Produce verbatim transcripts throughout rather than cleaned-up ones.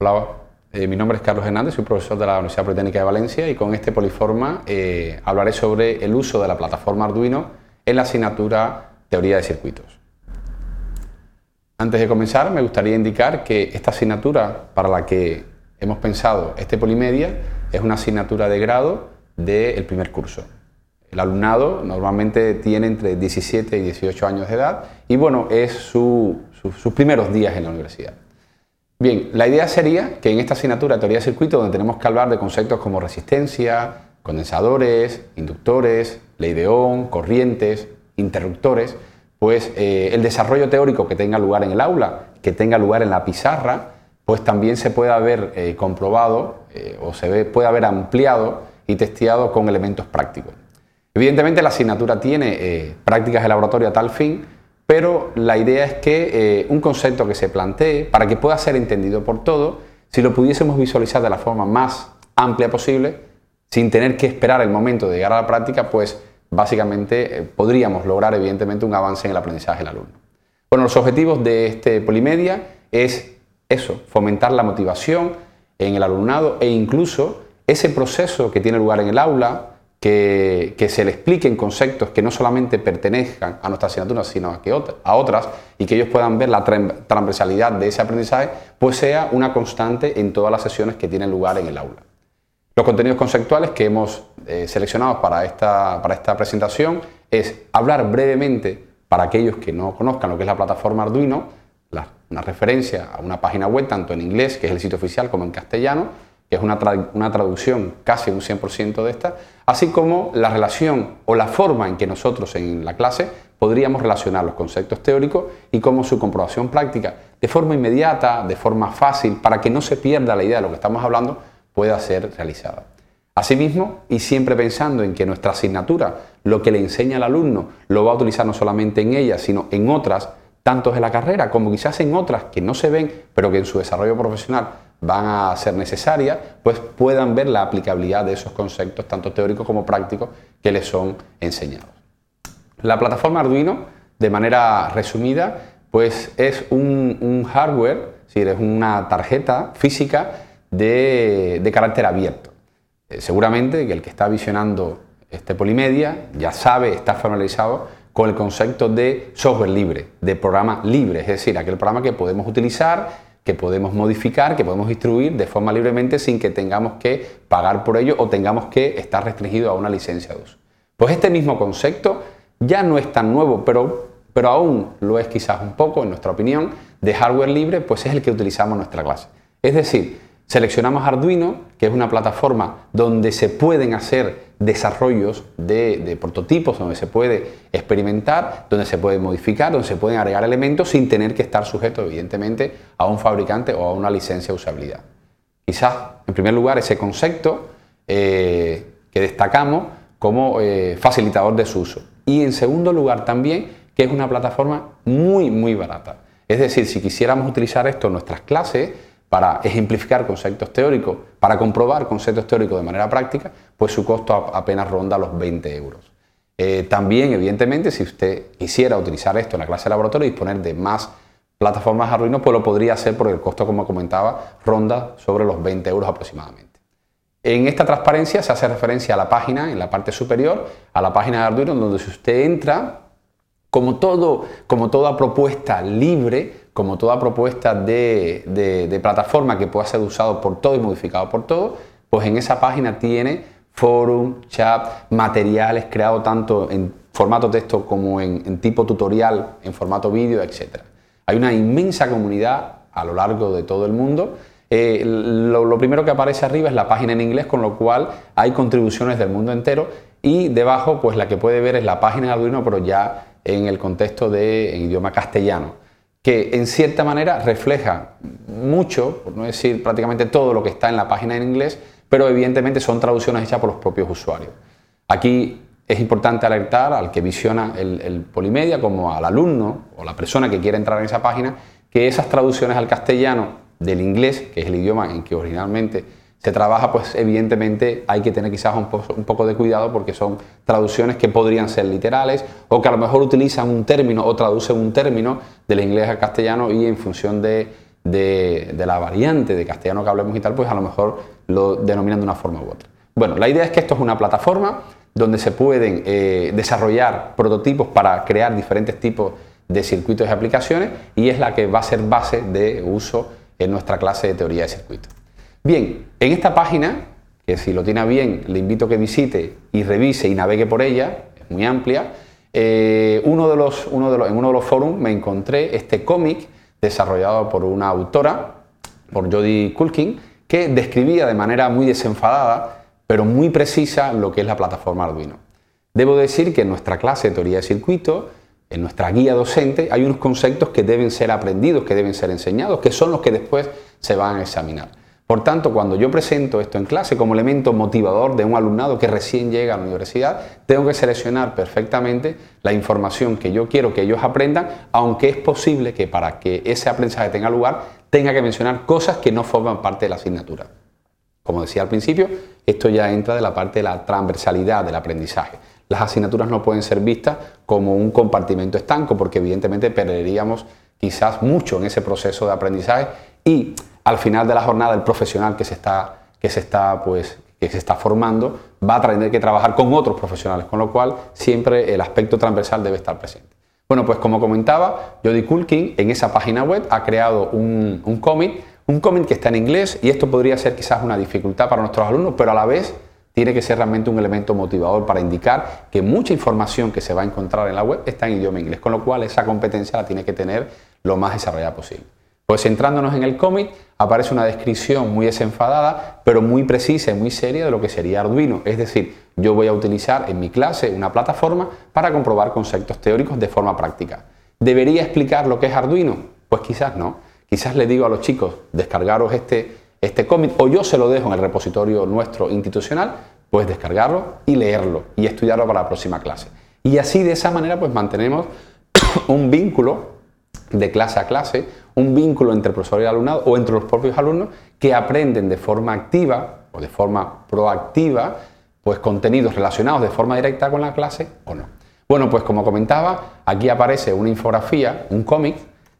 Hola, eh, mi nombre es Carlos Hernández, soy profesor de la Universidad Politécnica de Valencia y con este Poliforma eh, hablaré sobre el uso de la plataforma Arduino en la asignatura Teoría de Circuitos. Antes de comenzar, me gustaría indicar que esta asignatura para la que hemos pensado este Polimedia es una asignatura de grado del primer curso. El alumnado normalmente tiene entre diecisiete y dieciocho años de edad y bueno, es su, su, sus primeros días en la universidad. Bien, la idea sería que en esta asignatura de Teoría de Circuitos, donde tenemos que hablar de conceptos como resistencia, condensadores, inductores, ley de Ohm, corrientes, interruptores, pues eh, el desarrollo teórico que tenga lugar en el aula, que tenga lugar en la pizarra, pues también se puede haber eh, comprobado eh, o se ve, puede haber ampliado y testeado con elementos prácticos. Evidentemente la asignatura tiene eh, prácticas de laboratorio a tal fin, pero la idea es que eh, un concepto que se plantee, para que pueda ser entendido por todos, si lo pudiésemos visualizar de la forma más amplia posible, sin tener que esperar el momento de llegar a la práctica, pues básicamente eh, podríamos lograr evidentemente un avance en el aprendizaje del alumno. Bueno, los objetivos de este Polimedia es eso, fomentar la motivación en el alumnado e incluso ese proceso que tiene lugar en el aula, Que, que se le expliquen conceptos que no solamente pertenezcan a nuestra asignatura, sino a, que otra, a otras, y que ellos puedan ver la transversalidad de ese aprendizaje, pues sea una constante en todas las sesiones que tienen lugar en el aula. Los contenidos conceptuales que hemos eh, seleccionado para esta, para esta presentación es hablar brevemente, para aquellos que no conozcan lo que es la plataforma Arduino, la, una referencia a una página web, tanto en inglés, que es el sitio oficial, como en castellano, que es una, tra una traducción casi un cien por ciento de esta, así como la relación o la forma en que nosotros en la clase podríamos relacionar los conceptos teóricos y cómo su comprobación práctica de forma inmediata, de forma fácil, para que no se pierda la idea de lo que estamos hablando, pueda ser realizada. Asimismo, y siempre pensando en que nuestra asignatura, lo que le enseña al alumno, lo va a utilizar no solamente en ella, sino en otras, tanto en la carrera como quizás en otras que no se ven, pero que en su desarrollo profesional van a ser necesarias, pues puedan ver la aplicabilidad de esos conceptos, tanto teóricos como prácticos, que les son enseñados. La plataforma Arduino, de manera resumida, pues es un, un hardware, es decir, es una tarjeta física de, de carácter abierto. Eh, seguramente que el que está visionando este Polimedia ya sabe, está familiarizado con el concepto de software libre, de programa libre, es decir, aquel programa que podemos utilizar, que podemos modificar, que podemos distribuir de forma libremente sin que tengamos que pagar por ello o tengamos que estar restringidos a una licencia de uso. Pues este mismo concepto ya no es tan nuevo, pero, pero aún lo es quizás un poco, en nuestra opinión, de hardware libre, pues es el que utilizamos en nuestra clase. Es decir, seleccionamos Arduino, que es una plataforma donde se pueden hacer desarrollos de, de prototipos, donde se puede experimentar, donde se puede modificar, donde se pueden agregar elementos sin tener que estar sujeto, evidentemente, a un fabricante o a una licencia de usabilidad. Quizás, en primer lugar, ese concepto eh, que destacamos como eh, facilitador de su uso. Y en segundo lugar también, que es una plataforma muy, muy barata. Es decir, si quisiéramos utilizar esto en nuestras clases, para ejemplificar conceptos teóricos, para comprobar conceptos teóricos de manera práctica, pues su costo apenas ronda los veinte euros. Eh, también, evidentemente, si usted quisiera utilizar esto en la clase de laboratorio y disponer de más plataformas Arduino, pues lo podría hacer porque el costo, como comentaba, ronda sobre los veinte euros aproximadamente. En esta transparencia se hace referencia a la página, en la parte superior, a la página de Arduino, donde si usted entra, como, todo, como toda propuesta libre, como toda propuesta de, de, de plataforma que pueda ser usado por todo y modificado por todo, pues en esa página tiene forum, chat, materiales creados tanto en formato texto como en, en tipo tutorial, en formato vídeo, etcétera. Hay una inmensa comunidad a lo largo de todo el mundo. Eh, lo, lo primero que aparece arriba es la página en inglés, con lo cual hay contribuciones del mundo entero, y debajo pues la que puede ver es la página de Arduino, pero ya en el contexto de en idioma castellano, que en cierta manera refleja mucho, por no decir prácticamente todo lo que está en la página en inglés, pero evidentemente son traducciones hechas por los propios usuarios. Aquí es importante alertar al que visiona el, el Polimedia, como al alumno o la persona que quiere entrar en esa página, que esas traducciones al castellano del inglés, que es el idioma en que originalmente se trabaja, pues evidentemente hay que tener quizás un, po un poco de cuidado, porque son traducciones que podrían ser literales o que a lo mejor utilizan un término o traducen un término del inglés al castellano, y en función de, de, de la variante de castellano que hablemos y tal, pues a lo mejor lo denominan de una forma u otra. Bueno, la idea es que esto es una plataforma donde se pueden eh, desarrollar prototipos para crear diferentes tipos de circuitos y aplicaciones, y es la que va a ser base de uso en nuestra clase de teoría de circuitos. Bien, en esta página, que si lo tiene a bien le invito a que visite y revise y navegue por ella, es muy amplia, eh, uno de los, uno de los, en uno de los foros me encontré este cómic desarrollado por una autora, por Jodie Kulkin, que describía de manera muy desenfadada, pero muy precisa, lo que es la plataforma Arduino. Debo decir que en nuestra clase de teoría de circuitos, en nuestra guía docente, hay unos conceptos que deben ser aprendidos, que deben ser enseñados, que son los que después se van a examinar. Por tanto, cuando yo presento esto en clase como elemento motivador de un alumnado que recién llega a la universidad, tengo que seleccionar perfectamente la información que yo quiero que ellos aprendan, aunque es posible que para que ese aprendizaje tenga lugar, tenga que mencionar cosas que no forman parte de la asignatura. Como decía al principio, esto ya entra de la parte de la transversalidad del aprendizaje. Las asignaturas no pueden ser vistas como un compartimento estanco, porque evidentemente perderíamos quizás mucho en ese proceso de aprendizaje, y al final de la jornada el profesional que se está, que se está, pues, que se está formando va a tener que trabajar con otros profesionales, con lo cual siempre el aspecto transversal debe estar presente. Bueno, pues como comentaba, Jodie Kulkin en esa página web ha creado un, un cómic, un cómic que está en inglés, y esto podría ser quizás una dificultad para nuestros alumnos, pero a la vez tiene que ser realmente un elemento motivador para indicar que mucha información que se va a encontrar en la web está en idioma inglés, con lo cual esa competencia la tiene que tener lo más desarrollada posible. Pues centrándonos en el cómic, aparece una descripción muy desenfadada, pero muy precisa y muy seria de lo que sería Arduino. Es decir, yo voy a utilizar en mi clase una plataforma para comprobar conceptos teóricos de forma práctica. ¿Debería explicar lo que es Arduino? Pues quizás no. Quizás le digo a los chicos, descargaros este, este cómic, o yo se lo dejo en el repositorio nuestro institucional, pues descargarlo y leerlo y estudiarlo para la próxima clase. Y así de esa manera pues mantenemos un vínculo de clase a clase, un vínculo entre profesor y alumnado o entre los propios alumnos que aprenden de forma activa o de forma proactiva pues contenidos relacionados de forma directa con la clase o no. Bueno, pues como comentaba, aquí aparece una infografía, un cómic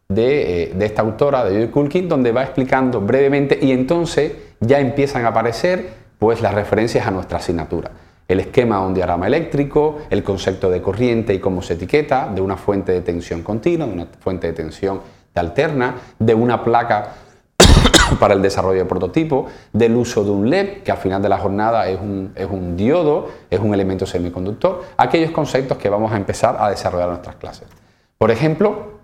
de, eh, de esta autora, de Jodie Kulkin, donde va explicando brevemente, y entonces ya empiezan a aparecer pues las referencias a nuestra asignatura. El esquema de un diagrama eléctrico, el concepto de corriente y cómo se etiqueta, de una fuente de tensión continua, de una fuente de tensión de alterna, de una placa para el desarrollo de prototipo, del uso de un L E D, que al final de la jornada es un, es un diodo, es un elemento semiconductor, aquellos conceptos que vamos a empezar a desarrollar en nuestras clases. Por ejemplo,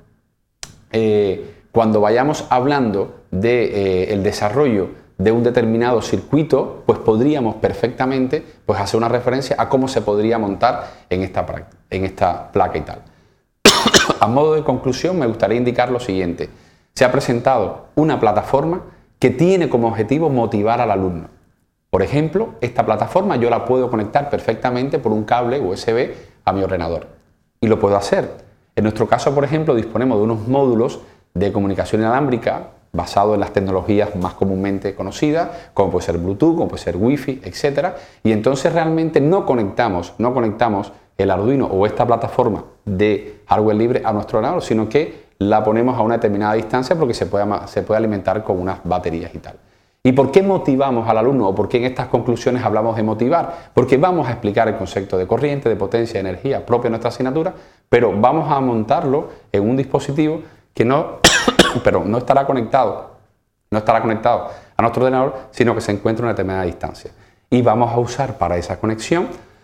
eh, cuando vayamos hablando del de, eh, desarrollo de un determinado circuito, pues podríamos perfectamente pues, hacer una referencia a cómo se podría montar en esta, en esta placa y tal. A modo de conclusión, me gustaría indicar lo siguiente. Se ha presentado una plataforma que tiene como objetivo motivar al alumno. Por ejemplo, esta plataforma yo la puedo conectar perfectamente por un cable U S B a mi ordenador. Y lo puedo hacer. En nuestro caso, por ejemplo, disponemos de unos módulos de comunicación inalámbrica basado en las tecnologías más comúnmente conocidas, como puede ser Bluetooth, como puede ser Wi-Fi, etcétera. Y entonces realmente no conectamos, no conectamos el Arduino o esta plataforma de hardware libre a nuestro ordenador, sino que la ponemos a una determinada distancia porque se puede, se puede alimentar con unas baterías y tal. ¿Y por qué motivamos al alumno o por qué en estas conclusiones hablamos de motivar? Porque vamos a explicar el concepto de corriente, de potencia, de energía propio de nuestra asignatura, pero vamos a montarlo en un dispositivo que no, pero no estará conectado, no estará conectado a nuestro ordenador, sino que se encuentra a una determinada distancia. Y vamos a usar para esa conexión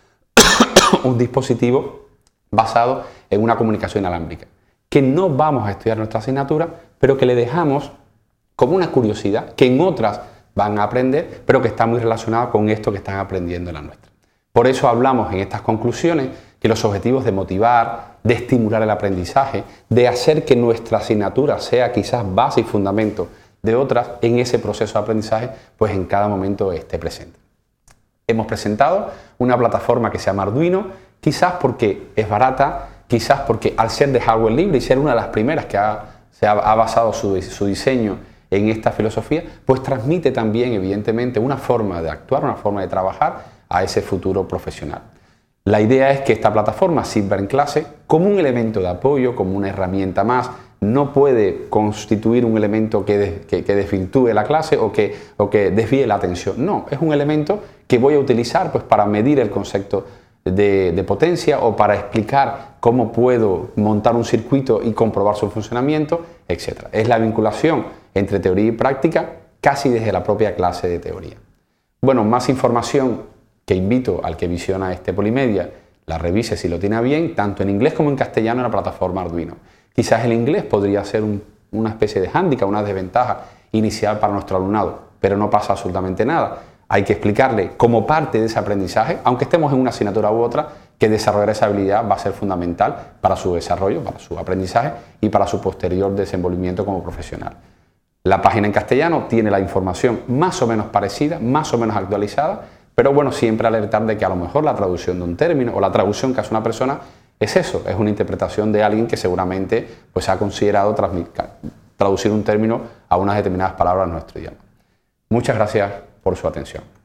un dispositivo basado en una comunicación inalámbrica, que no vamos a estudiar nuestra asignatura, pero que le dejamos como una curiosidad, que en otras van a aprender, pero que está muy relacionado con esto que están aprendiendo en la nuestra. Por eso hablamos en estas conclusiones que los objetivos de motivar, de estimular el aprendizaje, de hacer que nuestra asignatura sea quizás base y fundamento de otras en ese proceso de aprendizaje, pues en cada momento esté presente. Hemos presentado una plataforma que se llama Arduino, quizás porque es barata, quizás porque al ser de hardware libre y ser una de las primeras que ha, se ha, ha basado su, su diseño en esta filosofía, pues transmite también evidentemente una forma de actuar, una forma de trabajar a ese futuro profesional. La idea es que esta plataforma sirva en clase como un elemento de apoyo, como una herramienta más. No puede constituir un elemento que, de, que, que desvirtúe la clase o que, o que desvíe la atención. No, es un elemento que voy a utilizar pues, para medir el concepto de, de potencia o para explicar cómo puedo montar un circuito y comprobar su funcionamiento, etcétera. Es la vinculación entre teoría y práctica casi desde la propia clase de teoría. Bueno, más información que invito al que visiona este Polimedia, la revise si lo tiene a bien, tanto en inglés como en castellano en la plataforma Arduino. Quizás el inglés podría ser un, una especie de hándicap, una desventaja inicial para nuestro alumnado, pero no pasa absolutamente nada. Hay que explicarle como parte de ese aprendizaje, aunque estemos en una asignatura u otra, que desarrollar esa habilidad va a ser fundamental para su desarrollo, para su aprendizaje y para su posterior desenvolvimiento como profesional. La página en castellano tiene la información más o menos parecida, más o menos actualizada, pero bueno, siempre alertar de que a lo mejor la traducción de un término o la traducción que hace una persona es eso, es una interpretación de alguien que seguramente pues, ha considerado traducir un término a unas determinadas palabras en nuestro idioma. Muchas gracias por su atención.